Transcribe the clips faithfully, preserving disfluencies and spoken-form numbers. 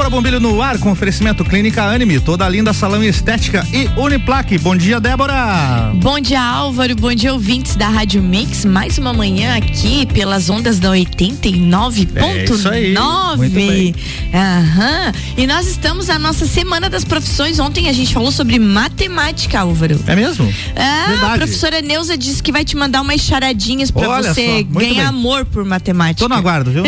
Débora Bombilho no ar com oferecimento Clínica Anime, toda linda salão estética e Uniplaque. Bom dia, Débora. Bom dia, Álvaro. Bom dia, ouvintes da Rádio Mix. Mais uma manhã aqui pelas ondas da oitenta e nove ponto nove. Aham. E nós estamos na nossa Semana das Profissões. Ontem a gente falou sobre matemática, Álvaro. É mesmo? Ah, Verdade. A professora Neuza disse que vai te mandar umas charadinhas pra Olha você só, ganhar bem. amor por matemática. Tô no aguardo, viu?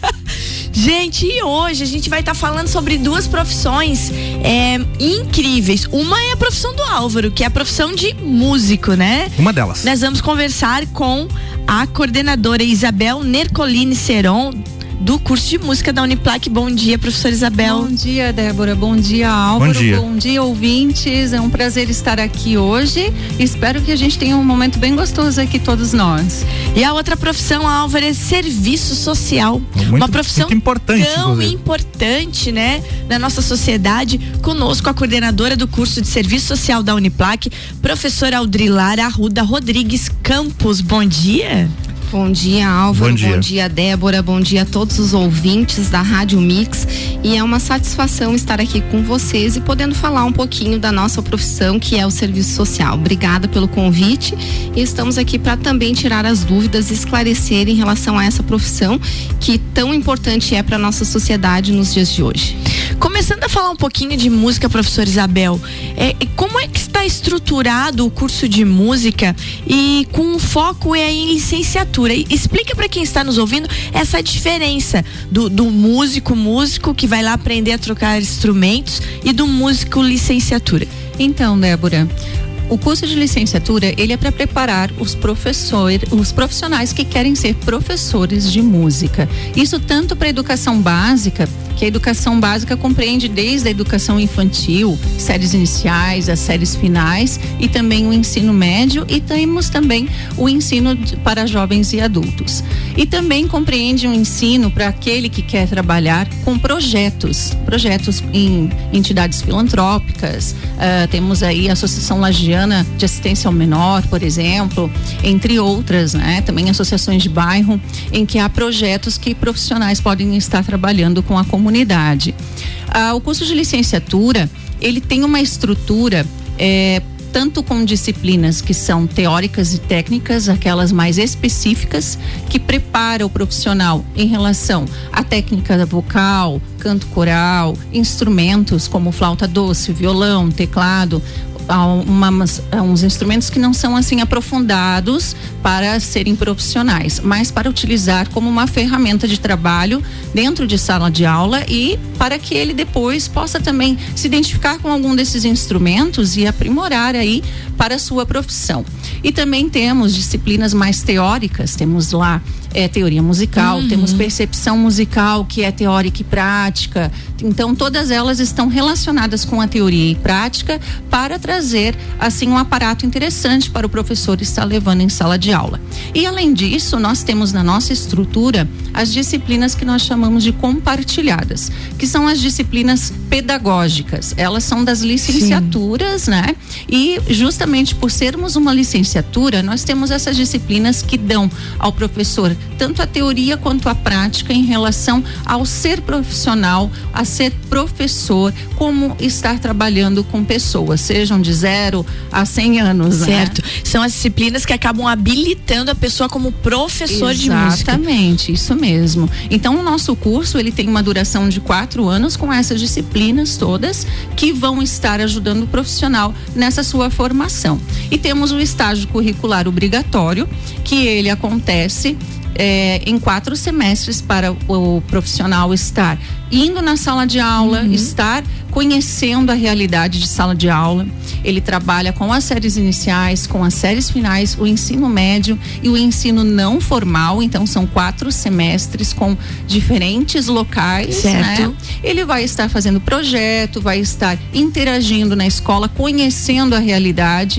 Gente, e hoje a gente vai estar tá falando sobre duas profissões é, incríveis. Uma é a profissão do Álvaro, que é a profissão de músico, né? Uma delas. Nós vamos conversar com a coordenadora Isabel Nercolini Seron, do curso de música da Uniplaque. Bom dia, professora Isabel. Bom dia, Débora. Bom dia, Álvaro. Bom dia. Bom dia, ouvintes. É um prazer estar aqui hoje. Espero que a gente tenha um momento bem gostoso aqui, todos nós. E a outra profissão, Álvaro, é serviço social. Muito, uma profissão muito importante, tão inclusive. importante, né, na nossa sociedade. Conosco a coordenadora do curso de serviço social da Uniplaque, professora Aldrilar Arruda Rodrigues Campos. Bom dia. Bom dia, Álvaro. Bom dia. Bom dia, Débora. Bom dia a todos os ouvintes da Rádio Mix. E é uma satisfação estar aqui com vocês e podendo falar um pouquinho da nossa profissão, que é o serviço social. Obrigada pelo convite e estamos aqui para também tirar as dúvidas e esclarecer em relação a essa profissão que tão importante é para nossa sociedade nos dias de hoje. Começando a falar um pouquinho de música, professora Isabel, é, como é que está estruturado o curso de música e com o foco é em licenciatura? Explica para quem está nos ouvindo essa diferença do, do músico músico que vai lá aprender a trocar instrumentos e do músico licenciatura. Então, Débora, o curso de licenciatura, ele é para preparar os professores, os profissionais que querem ser professores de música. Isso tanto para a educação básica, que a educação básica compreende desde a educação infantil, séries iniciais, as séries finais e também o ensino médio, e temos também o ensino de, para jovens e adultos. E também compreende um ensino para aquele que quer trabalhar com projetos, projetos em entidades filantrópicas, uh, temos aí a Associação Lagiana de Assistência ao Menor, por exemplo, entre outras, né? Também associações de bairro, em que há projetos que profissionais podem estar trabalhando com a comunidade. Comunidade. Ah, o curso de licenciatura, ele tem uma estrutura é, tanto com disciplinas que são teóricas e técnicas, aquelas mais específicas, que prepara o profissional em relação à técnica vocal, canto coral, instrumentos como flauta doce, violão, teclado, Há, uma, há uns instrumentos que não são assim aprofundados para serem profissionais, mas para utilizar como uma ferramenta de trabalho dentro de sala de aula e para que ele depois possa também se identificar com algum desses instrumentos e aprimorar aí para a sua profissão. E também temos disciplinas mais teóricas, temos lá é, teoria musical, uhum. temos percepção musical, que é teórica e prática. Então todas elas estão relacionadas com a teoria e prática para trazer assim um aparato interessante para o professor estar levando em sala de aula. E além disso, nós temos na nossa estrutura as disciplinas que nós chamamos de compartilhadas, que são as disciplinas pedagógicas. Elas são das licenciaturas, Sim. né? E justamente por sermos uma licenciatura, nós temos essas disciplinas que dão ao professor tanto a teoria quanto a prática em relação ao ser profissional, a ser professor, como estar trabalhando com pessoas, sejam de zero a cem anos. Certo. Né? São as disciplinas que acabam habilitando a pessoa como professor Exatamente, de música. Exatamente, isso mesmo. Então o nosso curso, ele tem uma duração de quatro anos com essas disciplinas todas que vão estar ajudando o profissional nessa sua formação. E temos o estágio curricular obrigatório, que ele acontece É, em quatro semestres para o, o profissional estar indo na sala de aula, uhum. estar conhecendo a realidade de sala de aula. Ele trabalha com as séries iniciais, com as séries finais, o ensino médio e o ensino não formal. Então são quatro semestres com diferentes locais, certo. né? Ele vai estar fazendo projeto, vai estar interagindo na escola, conhecendo a realidade,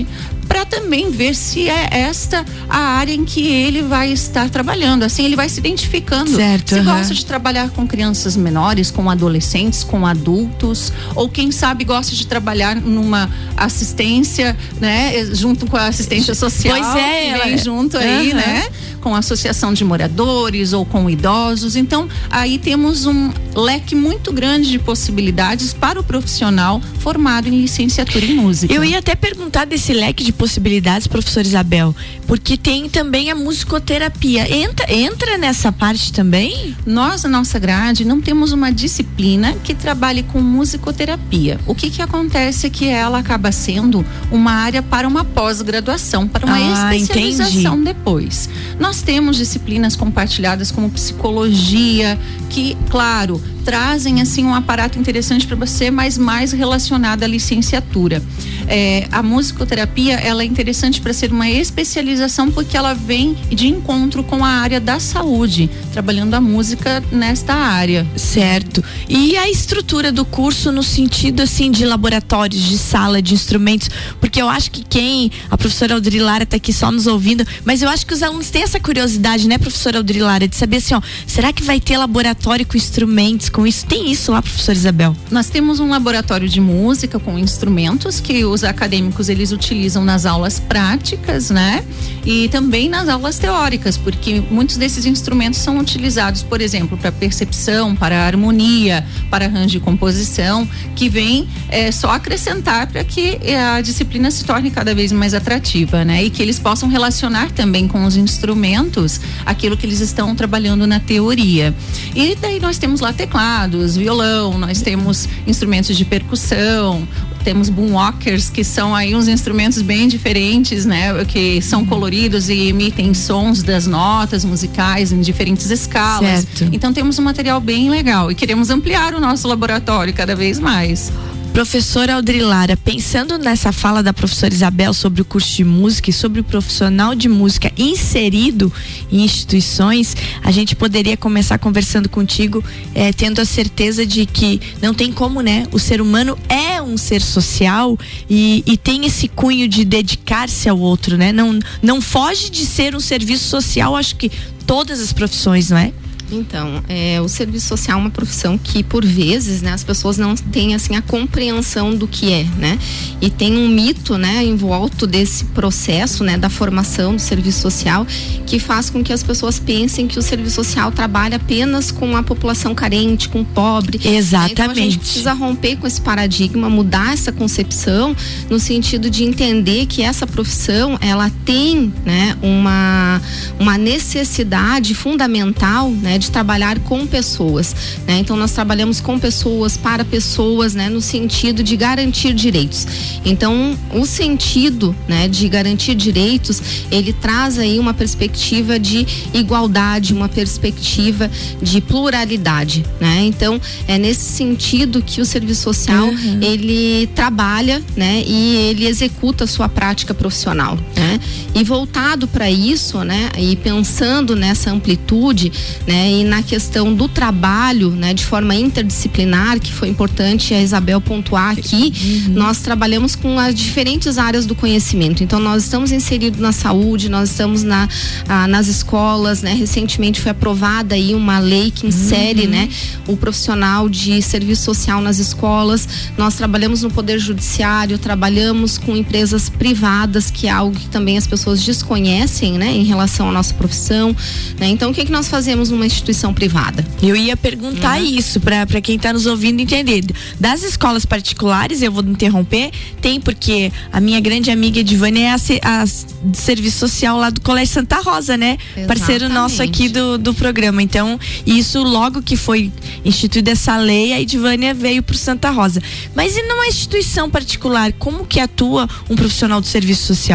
para também ver se é esta a área em que ele vai estar trabalhando. Assim ele vai se identificando. Certo, se uhum. gosta de trabalhar com crianças menores, com adolescentes, com adultos, ou quem sabe gosta de trabalhar numa assistência, né, junto com a assistência social. Pois é, que ela vem é. junto aí, Uhum. né? Com a associação de moradores ou com idosos. Então, aí temos um leque muito grande de possibilidades para o profissional formado em licenciatura em música. Eu ia até perguntar desse leque de possibilidades, professora Isabel, porque tem também a musicoterapia. Entra, entra nessa parte também? Nós, na nossa grade, não temos uma disciplina que trabalhe com musicoterapia. O que que acontece é que ela acaba sendo uma área para uma pós-graduação, para uma Ah, especialização entendi. depois. Nós temos disciplinas compartilhadas como psicologia, que, claro, trazem assim um aparato interessante para você, mas mais relacionado à licenciatura. É, a musicoterapia, ela é interessante para ser uma especialização porque ela vem de encontro com a área da saúde, trabalhando a música nesta área. Certo. E a estrutura do curso no sentido assim de laboratórios, de sala, de instrumentos, porque eu acho que quem, a professora Audrilara está aqui só nos ouvindo, mas eu acho que os alunos têm essa curiosidade, né, professora Audrilara, de saber assim, ó, será que vai ter laboratório com instrumentos, com isso? Tem isso lá, professora Isabel? Nós temos um laboratório de música com instrumentos que os acadêmicos eles utilizam nas aulas práticas, né? E também nas aulas teóricas, porque muitos desses instrumentos são utilizados, por exemplo, para percepção, para harmonia, para arranjo e composição, que vem é, só acrescentar para que a disciplina se torne cada vez mais atrativa, né? E que eles possam relacionar também com os instrumentos aquilo que eles estão trabalhando na teoria. E daí nós temos lá teclados, violão, nós temos instrumentos de percussão, temos boomwalkers, que são aí uns instrumentos bem diferentes, né? Que são coloridos e emitem sons das notas musicais em diferentes escalas. Certo. Então temos um material bem legal e queremos ampliar o nosso laboratório cada vez mais. Professora Audrilara, pensando nessa fala da professora Isabel sobre o curso de música e sobre o profissional de música inserido em instituições, a gente poderia começar conversando contigo, eh, tendo a certeza de que não tem como, né? O ser humano é um ser social e, e tem esse cunho de dedicar-se ao outro, né? Não, não foge de ser um serviço social, acho que todas as profissões, não é? Então, é, o serviço social é uma profissão que, por vezes, né, as pessoas não têm, assim, a compreensão do que é, né? E tem um mito, né, em volta desse processo, né, da formação do serviço social, que faz com que as pessoas pensem que o serviço social trabalha apenas com a população carente, com o pobre. Exatamente. Né? Então, a gente precisa romper com esse paradigma, mudar essa concepção, no sentido de entender que essa profissão, ela tem, né, uma, uma necessidade fundamental, né, de trabalhar com pessoas, né? Então nós trabalhamos com pessoas, para pessoas, né? No sentido de garantir direitos. Então o sentido, né, de garantir direitos, ele traz aí uma perspectiva de igualdade, uma perspectiva de pluralidade, né? Então é nesse sentido que o serviço social, uhum, ele trabalha, né? E ele executa a sua prática profissional, né? E voltado para isso, né? E pensando nessa amplitude, né? E na questão do trabalho, né, de forma interdisciplinar, que foi importante a Isabel pontuar aqui, uhum, nós trabalhamos com as diferentes áreas do conhecimento. Então nós estamos inseridos na saúde, nós estamos na, ah, nas escolas, né? Recentemente foi aprovada aí uma lei que insere, uhum, né, o profissional de serviço social nas escolas. Nós trabalhamos no poder judiciário, trabalhamos com empresas privadas, que é algo que também as pessoas desconhecem, né, em relação à nossa profissão, né? Então o que que nós fazemos numa instituição privada? Eu ia perguntar, uhum, isso para para quem está nos ouvindo entender. Das escolas particulares, eu vou interromper, tem, porque a minha grande amiga Edivânia é a, a serviço social lá do Colégio Santa Rosa, né? Exatamente. Parceiro nosso aqui do, do programa. Então, isso logo que foi instituída essa lei, a Edivânia veio pro Santa Rosa. Mas e numa instituição particular, como que atua um profissional do serviço social?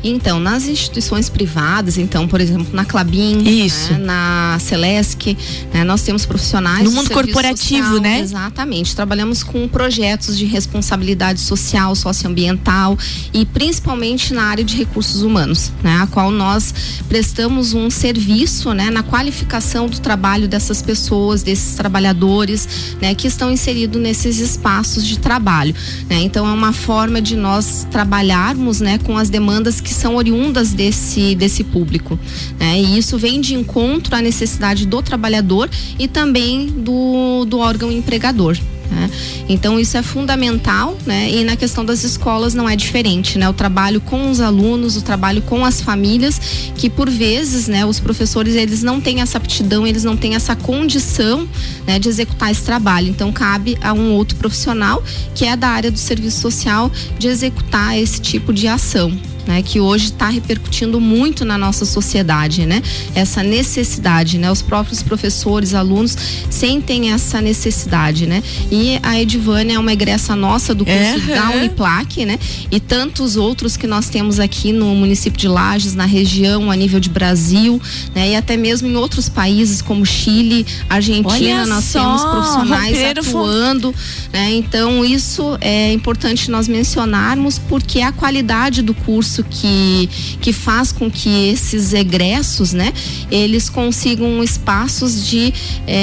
Então, nas instituições privadas, então, por exemplo, na Klabin, Isso. Né, na Celesc, né, nós temos profissionais no mundo corporativo, social, né? Exatamente. Trabalhamos com projetos de responsabilidade social, socioambiental e principalmente na área de recursos humanos, né, a qual nós prestamos um serviço, né, na qualificação do trabalho dessas pessoas, desses trabalhadores, né, que estão inseridos nesses espaços de trabalho, né? Então, é uma forma de nós trabalharmos, né, com as demandas que são oriundas desse, desse público, né? E isso vem de encontro à necessidade do trabalhador e também do, do órgão empregador. Né? Então isso é fundamental, né? E na questão das escolas não é diferente, né? O trabalho com os alunos, o trabalho com as famílias, que por vezes, né, os professores eles não têm essa aptidão, eles não têm essa condição, né, de executar esse trabalho. Então cabe a um outro profissional que é da área do serviço social de executar esse tipo de ação. Né, que hoje está repercutindo muito na nossa sociedade, né? Essa necessidade, né? Os próprios professores, alunos sentem essa necessidade, né? E a Edivânia é uma egressa nossa do curso é, da é. Uniplac, né? E tantos outros que nós temos aqui no município de Lages, na região, a nível de Brasil, né? E até mesmo em outros países como Chile, Argentina, Olha nós só, temos profissionais Rompeiro atuando, né? Então isso é importante nós mencionarmos, porque a qualidade do curso que, que faz com que esses egressos, né, eles consigam espaços de,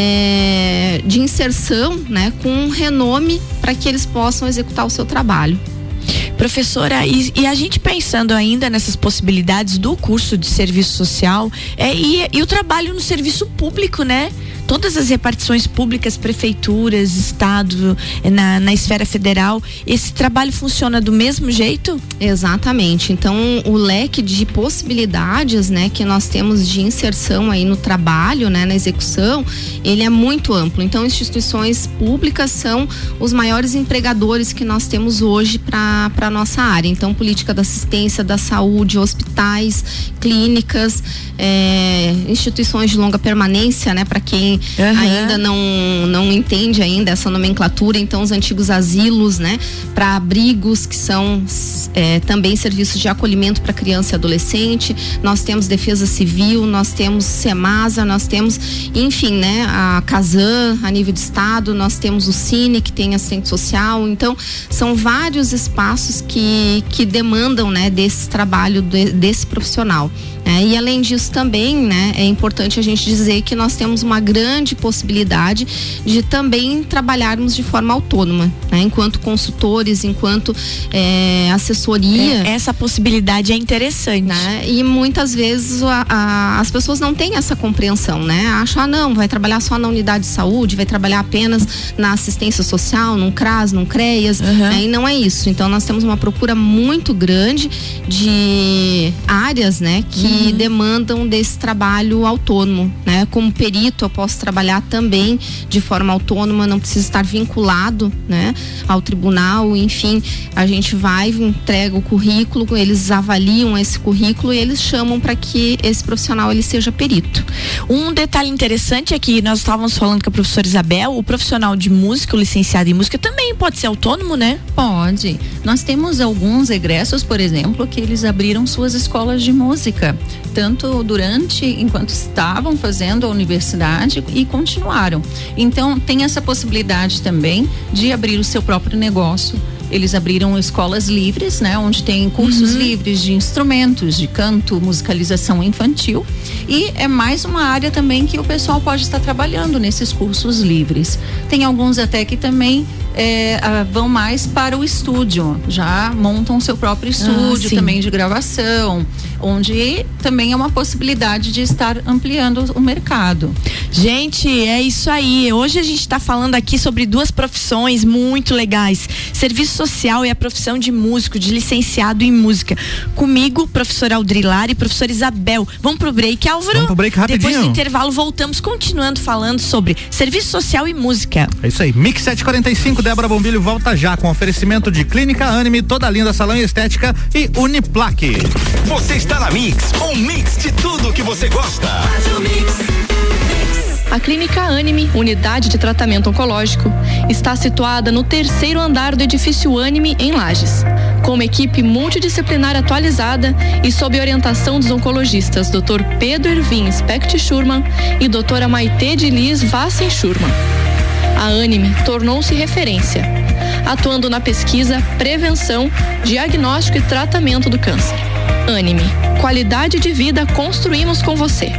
é, de inserção, né, com um renome para que eles possam executar o seu trabalho. Professora, e, e a gente pensando ainda nessas possibilidades do curso de serviço social, é, e, e o trabalho no serviço público, né? Todas as repartições públicas, prefeituras, estado, na, na esfera federal, esse trabalho funciona do mesmo jeito? Exatamente. Então, o leque de possibilidades, né, que nós temos de inserção aí no trabalho, né, na execução, ele é muito amplo. Então, instituições públicas são os maiores empregadores que nós temos hoje para para nossa área. Então, política da assistência, da saúde, hospitais, clínicas, é, instituições de longa permanência, né, para quem Uhum. ainda não, não entende ainda essa nomenclatura, então os antigos asilos, né, para abrigos que são é, também serviços de acolhimento para criança e adolescente. Nós temos Defesa Civil, nós temos Semasa, nós temos, enfim, né, a Casan a nível de estado, nós temos o Cine que tem assistente social. Então são vários espaços que, que demandam, né, desse trabalho de, desse profissional. É, e além disso também, né, é importante a gente dizer que nós temos uma grande possibilidade de também trabalharmos de forma autônoma, né, enquanto consultores, enquanto é, assessoria. É, essa possibilidade é interessante. Né, e muitas vezes a, a, as pessoas não têm essa compreensão, né? Acham, ah, não, vai trabalhar só na unidade de saúde, vai trabalhar apenas na assistência social, num CRAS, num CREAS, uhum. né, e não é isso. Então nós temos uma procura muito grande de áreas, né, que uhum. que demandam desse trabalho autônomo, né? Como perito eu posso trabalhar também de forma autônoma, não preciso estar vinculado, né, ao tribunal. Enfim, a gente vai, entrega o currículo, eles avaliam esse currículo e eles chamam para que esse profissional ele seja perito. Um detalhe interessante é que nós estávamos falando com a professora Isabel, o profissional de música, o licenciado em música também pode ser autônomo, né? Pode. Nós temos alguns egressos, por exemplo, que eles abriram suas escolas de música, tanto durante, enquanto estavam fazendo a universidade e continuaram. Então tem essa possibilidade também de abrir o seu próprio negócio. Eles abriram escolas livres, né? Onde tem cursos uhum. livres de instrumentos, de canto, musicalização infantil. E é mais uma área também que o pessoal pode estar trabalhando nesses cursos livres. Tem alguns até que também é, vão mais para o estúdio, já montam seu próprio estúdio ah, também de gravação, onde também é uma possibilidade de estar ampliando o mercado. Gente, é isso aí. Hoje a gente está falando aqui sobre duas profissões muito legais: serviço social e a profissão de músico, de licenciado em música. Comigo, professora Aldrilar e professora Isabel. Vamos pro break, Álvaro? Vamos pro break rapidinho. Depois do intervalo voltamos continuando falando sobre serviço social e música. É isso aí. Mix sete quarenta e cinco, Débora Bombilho volta já com oferecimento de Clínica Anime, Toda Linda Salão e Estética e Uniplac. Você está na Mix, um mix de tudo que você gosta. Faz o mix. Mix. A Clínica Anime, unidade de tratamento oncológico, está situada no terceiro andar do edifício Anime, em Lages, com uma equipe multidisciplinar atualizada e sob orientação dos oncologistas doutor Pedro Ervin Specht Schurman e doutora Maite de Liz Vassen Schurman. A Anime tornou-se referência, atuando na pesquisa, prevenção, diagnóstico e tratamento do câncer. Anime, qualidade de vida construímos com você.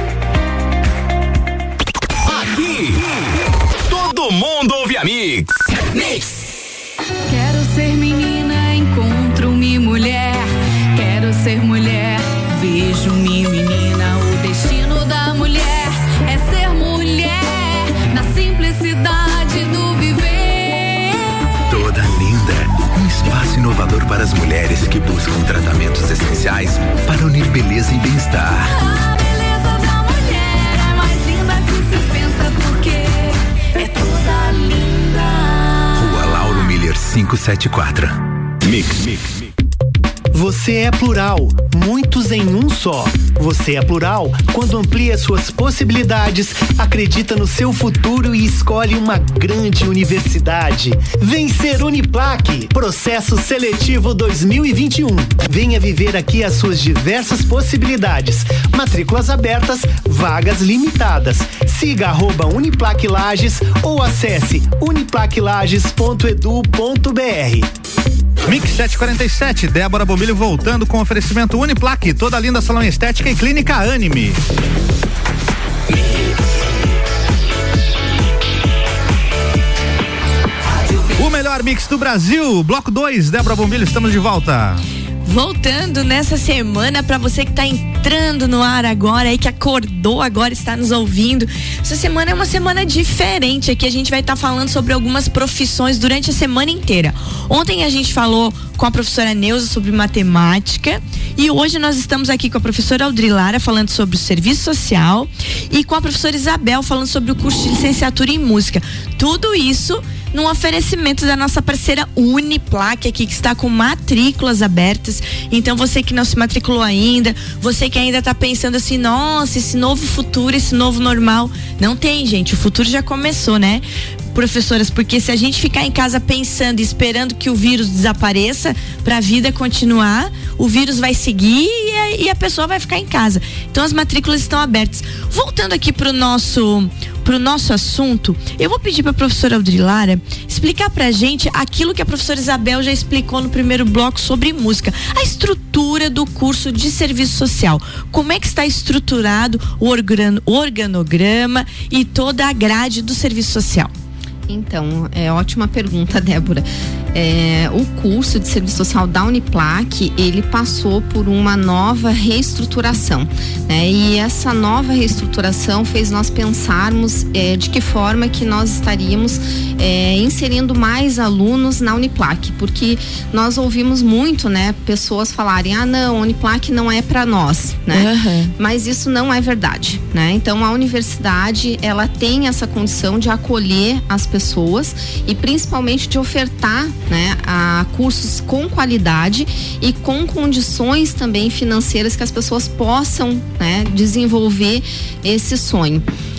Todo mundo ouve a Mix. Mix. Quero ser menina, encontro-me mulher. Quero ser mulher, vejo-me menina. O destino da mulher é ser mulher, na simplicidade do viver. Toda linda, um espaço inovador para as mulheres que buscam tratamentos essenciais para unir beleza e bem-estar. A beleza da mulher é mais linda que se pensa, porque é toda linda. Rua Lauro Miller quinhentos e setenta e quatro. Mix, mix, mix. Você é plural, muitos em um só. Você é plural quando amplia suas possibilidades, acredita no seu futuro e escolhe uma grande universidade. Vem ser Uniplac, processo seletivo dois mil e vinte e um. Venha viver aqui as suas diversas possibilidades. Matrículas abertas, vagas limitadas. Siga arroba Uniplac Lages ou acesse uniplac lages ponto edu ponto br. Mix sete e quarenta e sete, Débora Bombilho voltando com oferecimento Uniplac, toda linda salão estética e Clínica Anime. O melhor mix do Brasil, bloco dois, Débora Bombilho, estamos de volta. Voltando nessa semana, para você que tá entrando no ar agora, aí que acordou agora, está nos ouvindo. Essa semana é uma semana diferente. Aqui a gente vai estar tá falando sobre algumas profissões durante a semana inteira. Ontem a gente falou com a professora Neuza sobre matemática e hoje nós estamos aqui com a professora Audrilara falando sobre o serviço social e com a professora Isabel falando sobre o curso de licenciatura em música. Tudo isso num oferecimento da nossa parceira Uniplac aqui, que está com matrículas abertas. Então você que não se matriculou ainda, você que ainda está pensando assim, nossa, esse novo futuro, esse novo normal, não tem, gente, o futuro já começou, né? Professoras, porque se a gente ficar em casa pensando e esperando que o vírus desapareça para a vida continuar, o vírus vai seguir e a, e a pessoa vai ficar em casa. Então as matrículas estão abertas. Voltando aqui pro nosso pro nosso assunto, eu vou pedir para a professora Audrilara explicar pra gente aquilo que a professora Isabel já explicou no primeiro bloco sobre música, a estrutura do curso de serviço social. Como é que está estruturado o organ, organograma e toda a grade do serviço social? Então, é ótima pergunta, Débora. É, o curso de serviço social da Uniplac, ele passou por uma nova reestruturação, né? E essa nova reestruturação fez nós pensarmos é, de que forma que nós estaríamos é, inserindo mais alunos na Uniplac, porque nós ouvimos muito, né, pessoas falarem, ah não, a Uniplac não é para nós, né? Uhum. Mas isso não é verdade, né? Então a universidade, ela tem essa condição de acolher as pessoas e principalmente de ofertar, né, a cursos com qualidade e com condições também financeiras que as pessoas possam, né, desenvolver esse sonho.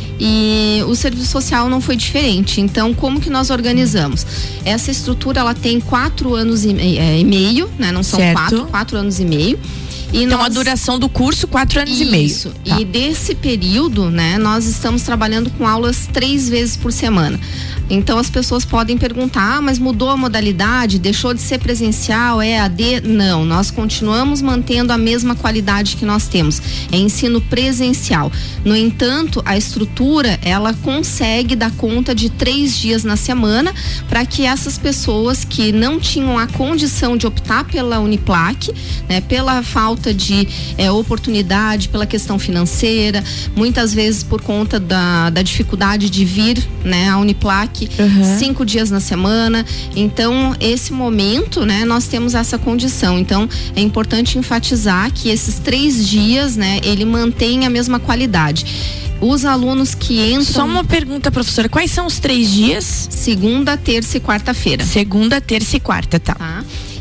E o serviço social não foi diferente. Então, como que nós organizamos? Essa estrutura, ela tem quatro anos e, é, e meio, né? Não são certo. quatro, quatro anos e meio. E então nós... a duração do curso, quatro anos Isso. e meio. Isso. Tá. E desse período, né, nós estamos trabalhando com aulas três vezes por semana. Então as pessoas podem perguntar, ah, mas mudou a modalidade, deixou de ser presencial, é E A D? Não, nós continuamos mantendo a mesma qualidade que nós temos. É ensino presencial. No entanto, a estrutura, ela consegue dar conta de três dias na semana para que essas pessoas que não tinham a condição de optar pela Uniplac, né, pela falta de é, oportunidade, pela questão financeira, muitas vezes por conta da, da dificuldade de vir, né, à Uniplac, uhum. cinco dias na semana. Então, esse momento, né, nós temos essa condição. Então, é importante enfatizar que esses três dias, né, ele mantém a mesma qualidade. Os alunos que entram... Só uma pergunta, professora, quais são os três dias? Segunda, terça e quarta-feira. Segunda, terça e quarta, tá. Tá.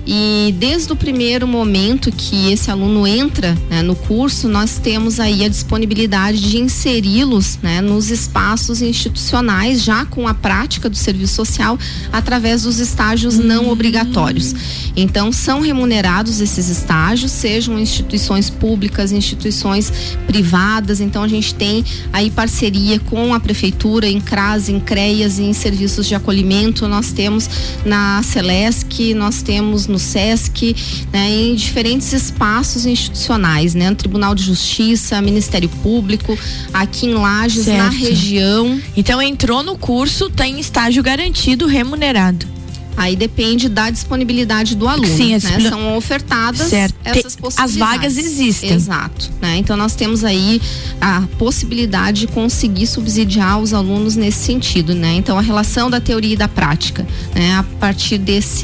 E desde o primeiro momento que esse aluno entra, né, no curso, nós temos aí a disponibilidade de inseri-los, né, nos espaços institucionais, já com a prática do serviço social, através dos estágios não obrigatórios. Então, são remunerados esses estágios, sejam instituições públicas, instituições privadas. Então, a gente tem aí parceria com a prefeitura, em CRAS, em CREAS, em serviços de acolhimento. Nós temos na Celesc, nós temos no SESC, né, em diferentes espaços institucionais, né, no Tribunal de Justiça, Ministério Público, aqui em Lages, certo, na região. Então, entrou no curso, tem estágio garantido, remunerado. Aí depende da disponibilidade do aluno. Sim, né? São ofertadas, certo, essas possibilidades. As vagas existem. Exato. Né? Então nós temos aí a possibilidade de conseguir subsidiar os alunos nesse sentido, né? Então a relação da teoria e da prática, né? A partir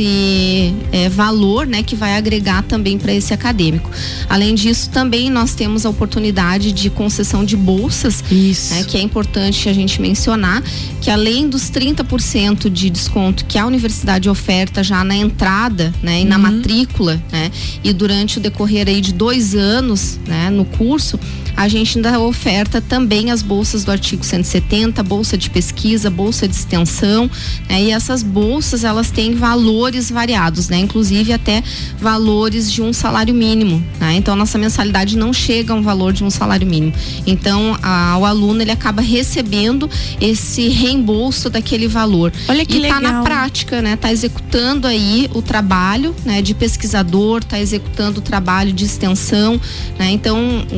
desse é, valor, né? Que vai agregar também para esse acadêmico. Além disso, também nós temos a oportunidade de concessão de bolsas, isso, né? Que é importante a gente mencionar, que além dos trinta por cento de desconto que a universidade de oferta já na entrada, né, e na uhum. matrícula, né, e durante o decorrer aí de dois anos, né, no curso, a gente ainda oferta também as bolsas do artigo cento e setenta, bolsa de pesquisa, bolsa de extensão, né, e essas bolsas, elas têm valores variados, né, inclusive até valores de um salário mínimo, né, então nossa mensalidade não chega a um valor de um salário mínimo, então a, o aluno, ele acaba recebendo esse reembolso daquele valor. Olha que e legal. Tá na prática, né, tá executando aí o trabalho, né, de pesquisador, tá executando o trabalho de extensão, né, então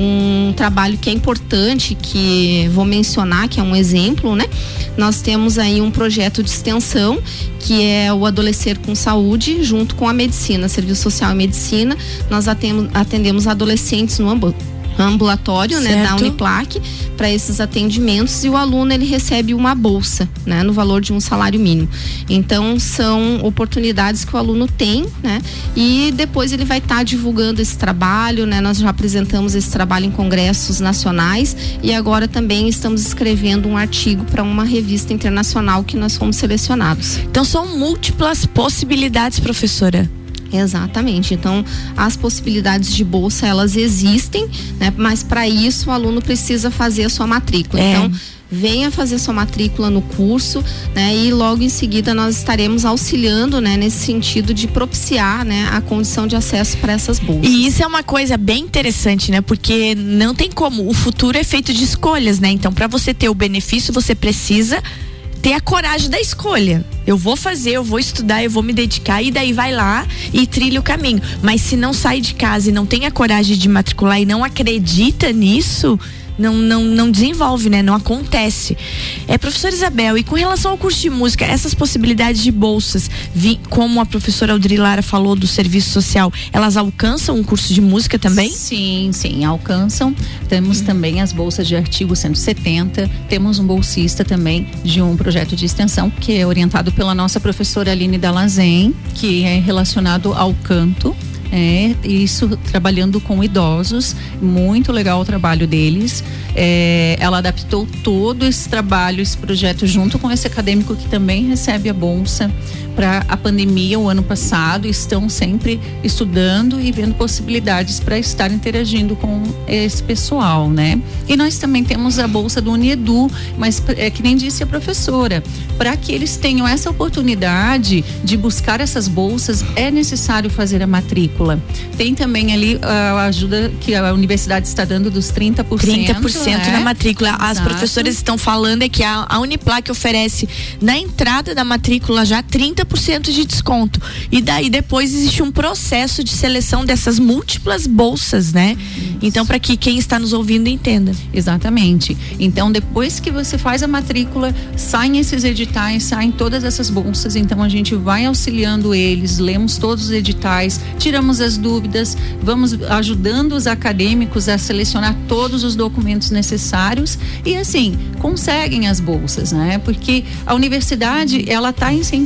um trabalho que é importante, que vou mencionar, que é um exemplo, né, nós temos aí um projeto de extensão, que é o Adolescer com Saúde, junto com a medicina, Serviço Social e Medicina. Nós atendemos, atendemos adolescentes no ambulatório, ambulatório, né, da Uniplac, para esses atendimentos, e o aluno, ele recebe uma bolsa, né, no valor de um salário mínimo. Então são oportunidades que o aluno tem, né, e depois ele vai estar tá divulgando esse trabalho, né, nós já apresentamos esse trabalho em congressos nacionais e agora também estamos escrevendo um artigo para uma revista internacional que nós fomos selecionados. Então são múltiplas possibilidades, professora. Exatamente, então as possibilidades de bolsa, elas existem, né? Mas para isso o aluno precisa fazer a sua matrícula, é. Então venha fazer sua matrícula no curso, né? E logo em seguida nós estaremos auxiliando, né? Nesse sentido de propiciar, né? A condição de acesso para essas bolsas. E isso é uma coisa bem interessante, né? Porque não tem como, o futuro é feito de escolhas, né? Então, para você ter o benefício, você precisa ter a coragem da escolha. Eu vou fazer, eu vou estudar, eu vou me dedicar, e daí vai lá e trilha o caminho. Mas se não sai de casa e não tem a coragem de matricular e não acredita nisso, não, não, não desenvolve, né? Não acontece. É, professora Isabel, e com relação ao curso de música, essas possibilidades de bolsas, vi, como a professora Audrey Lara falou do serviço social, elas alcançam um curso de música também? Sim, sim, alcançam. Temos hum. também as bolsas de artigo cento e setenta, temos um bolsista também de um projeto de extensão que é orientado pela nossa professora Aline Dalazen, que é relacionado ao canto. É, isso trabalhando com idosos, muito legal o trabalho deles. É, ela adaptou todo esse trabalho, esse projeto, junto com esse acadêmico que também recebe a bolsa para a pandemia o ano passado. Estão sempre estudando e vendo possibilidades para estar interagindo com esse pessoal, né? E nós também temos a bolsa do Uniedu, mas é que nem disse a professora, para que eles tenham essa oportunidade de buscar essas bolsas, é necessário fazer a matrícula. Tem também ali a ajuda que a universidade está dando dos trinta por cento. trinta por cento é? na matrícula. As Exato. Professoras estão falando é que a, a Uniplac oferece na entrada da matrícula já trinta por cento de desconto. E daí depois existe um processo de seleção dessas múltiplas bolsas, né? Isso. Então, para que quem está nos ouvindo entenda. Exatamente. Então, depois que você faz a matrícula, saem esses editais, saem todas essas bolsas. Então, a gente vai auxiliando eles, lemos todos os editais, tiramos as dúvidas, vamos ajudando os acadêmicos a selecionar todos os documentos necessários e assim, conseguem as bolsas, né? Porque a universidade, ela está incentivando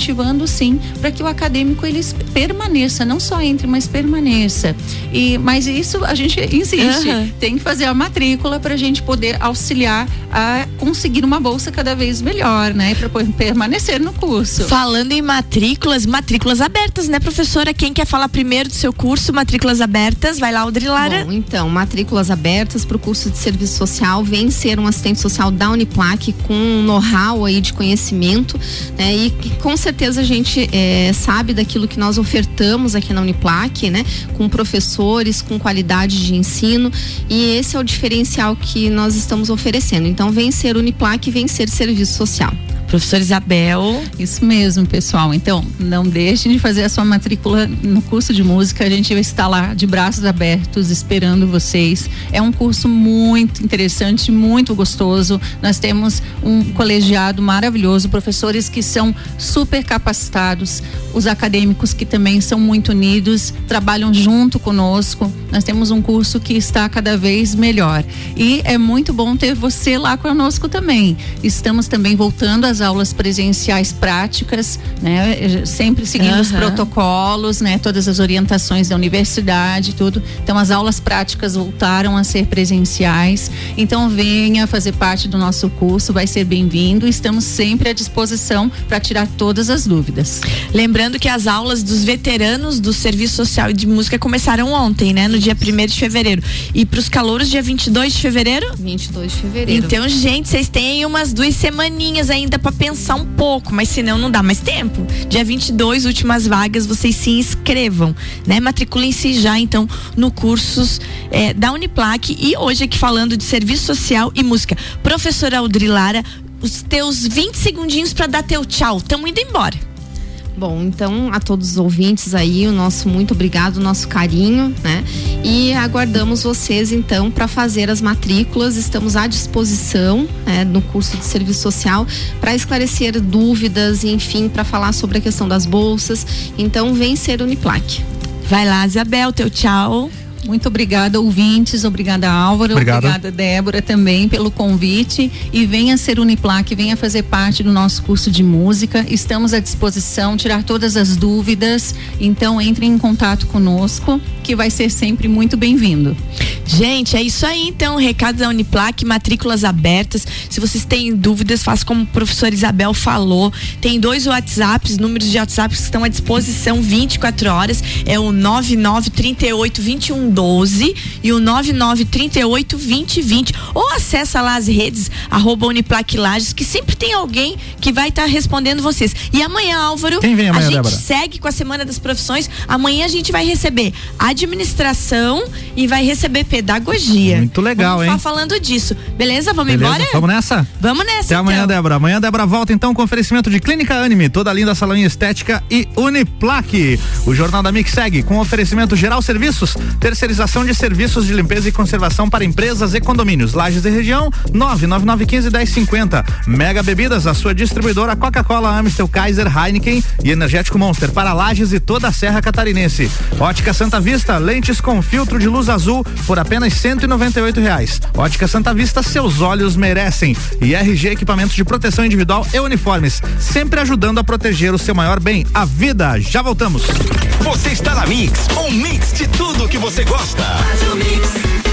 trabalhando sim para que o acadêmico ele permaneça, não só entre, mas permaneça. E, mas isso a gente insiste, uhum. tem que fazer a matrícula para a gente poder auxiliar a conseguir uma bolsa cada vez melhor, né? Para permanecer no curso. Falando em matrículas, matrículas abertas, né, professora? Quem quer falar primeiro do seu curso, matrículas abertas, vai lá, Audrilara. Bom, então, matrículas abertas para o curso de serviço social, vem ser um assistente social da Uniplac com um know-how aí de conhecimento, né? E que, com certeza a gente é, sabe daquilo que nós ofertamos aqui na Uniplac, né? Com professores, com qualidade de ensino, e esse é o diferencial que nós estamos oferecendo. Então, vem ser Uniplac, vem ser serviço social. Professora Isabel. Isso mesmo, pessoal. Então, não deixem de fazer a sua matrícula no curso de música. A gente vai estar lá de braços abertos esperando vocês. É um curso muito interessante, muito gostoso. Nós temos um colegiado maravilhoso, professores que são super capacitados, os acadêmicos que também são muito unidos, trabalham junto conosco. Nós temos um curso que está cada vez melhor. E é muito bom ter você lá conosco também. Estamos também voltando às aulas presenciais práticas, né? Sempre seguindo uhum. os protocolos, né? Todas as orientações da universidade, tudo. Então as aulas práticas voltaram a ser presenciais. Então venha fazer parte do nosso curso, vai ser bem-vindo. Estamos sempre à disposição para tirar todas as dúvidas. Lembrando que as aulas dos veteranos do Serviço Social e de Música começaram ontem, né? No dia primeiro de fevereiro. E para os calouros, dia vinte e dois de fevereiro? vinte e dois de fevereiro. Então, gente, vocês têm umas duas semaninhas ainda para pensar um pouco, mas senão não dá mais tempo. Dia vinte e dois, últimas vagas, vocês se inscrevam, né? Matriculem-se já, então, no cursos é, da Uniplac. E hoje aqui falando de Serviço Social e Música. Professora Audrilara, os teus vinte segundinhos para dar teu tchau. Estamos indo embora. Bom, então a todos os ouvintes aí, o nosso muito obrigado, o nosso carinho, né? E aguardamos vocês então para fazer as matrículas. Estamos à disposição, né, no curso de serviço social para esclarecer dúvidas, enfim, para falar sobre a questão das bolsas. Então vem ser Uniplac. Vai lá, Isabel, teu tchau. Muito obrigada, ouvintes, obrigada, Álvaro, Obrigado. Obrigada, Débora, também pelo convite, e venha ser Uniplac, venha fazer parte do nosso curso de música. Estamos à disposição, tirar todas as dúvidas, então entre em contato conosco, que vai ser sempre muito bem-vindo. Gente, é isso aí, então, recado da Uniplac, matrículas abertas. Se vocês têm dúvidas, faça como a professora Isabel falou. Tem dois WhatsApps, números de WhatsApp que estão à disposição vinte e quatro horas. É o nove nove, trinta e oito, vinte e um, doze e o nove nove, trinta e oito, vinte, vinte. Ou acessa lá as redes, arroba Uniplac Lages, que sempre tem alguém que vai estar tá respondendo vocês. E amanhã, Álvaro, Quem vem amanhã, a gente Débora? segue com a Semana das Profissões. Amanhã a gente vai receber administração e vai receber pedagogia. Muito legal, Vamos hein? falando disso. Beleza? Vamos Beleza? embora? Vamos nessa? Vamos nessa, Até amanhã, então. Débora. Amanhã, Débora volta então com oferecimento de Clínica Anime, toda linda salão em estética e Uniplac. O Jornal da Mix segue com oferecimento Geral Serviços, terceirização de serviços de limpeza e conservação para empresas e condomínios. Lages e região, nove nove nove, um cinco, dez cinquenta. Mega Bebidas, a sua distribuidora Coca-Cola, Amstel, Kaiser, Heineken e Energético Monster para Lages e toda a Serra Catarinense. Ótica Santa Vista, lentes com filtro de luz azul por apenas cento e noventa e oito reais. Ótica Santa Vista, seus olhos merecem. E R G Equipamentos de Proteção Individual e Uniformes, sempre ajudando a proteger o seu maior bem, a vida. Já voltamos. Você está na Mix, um mix de tudo que você gosta. Faz o mix.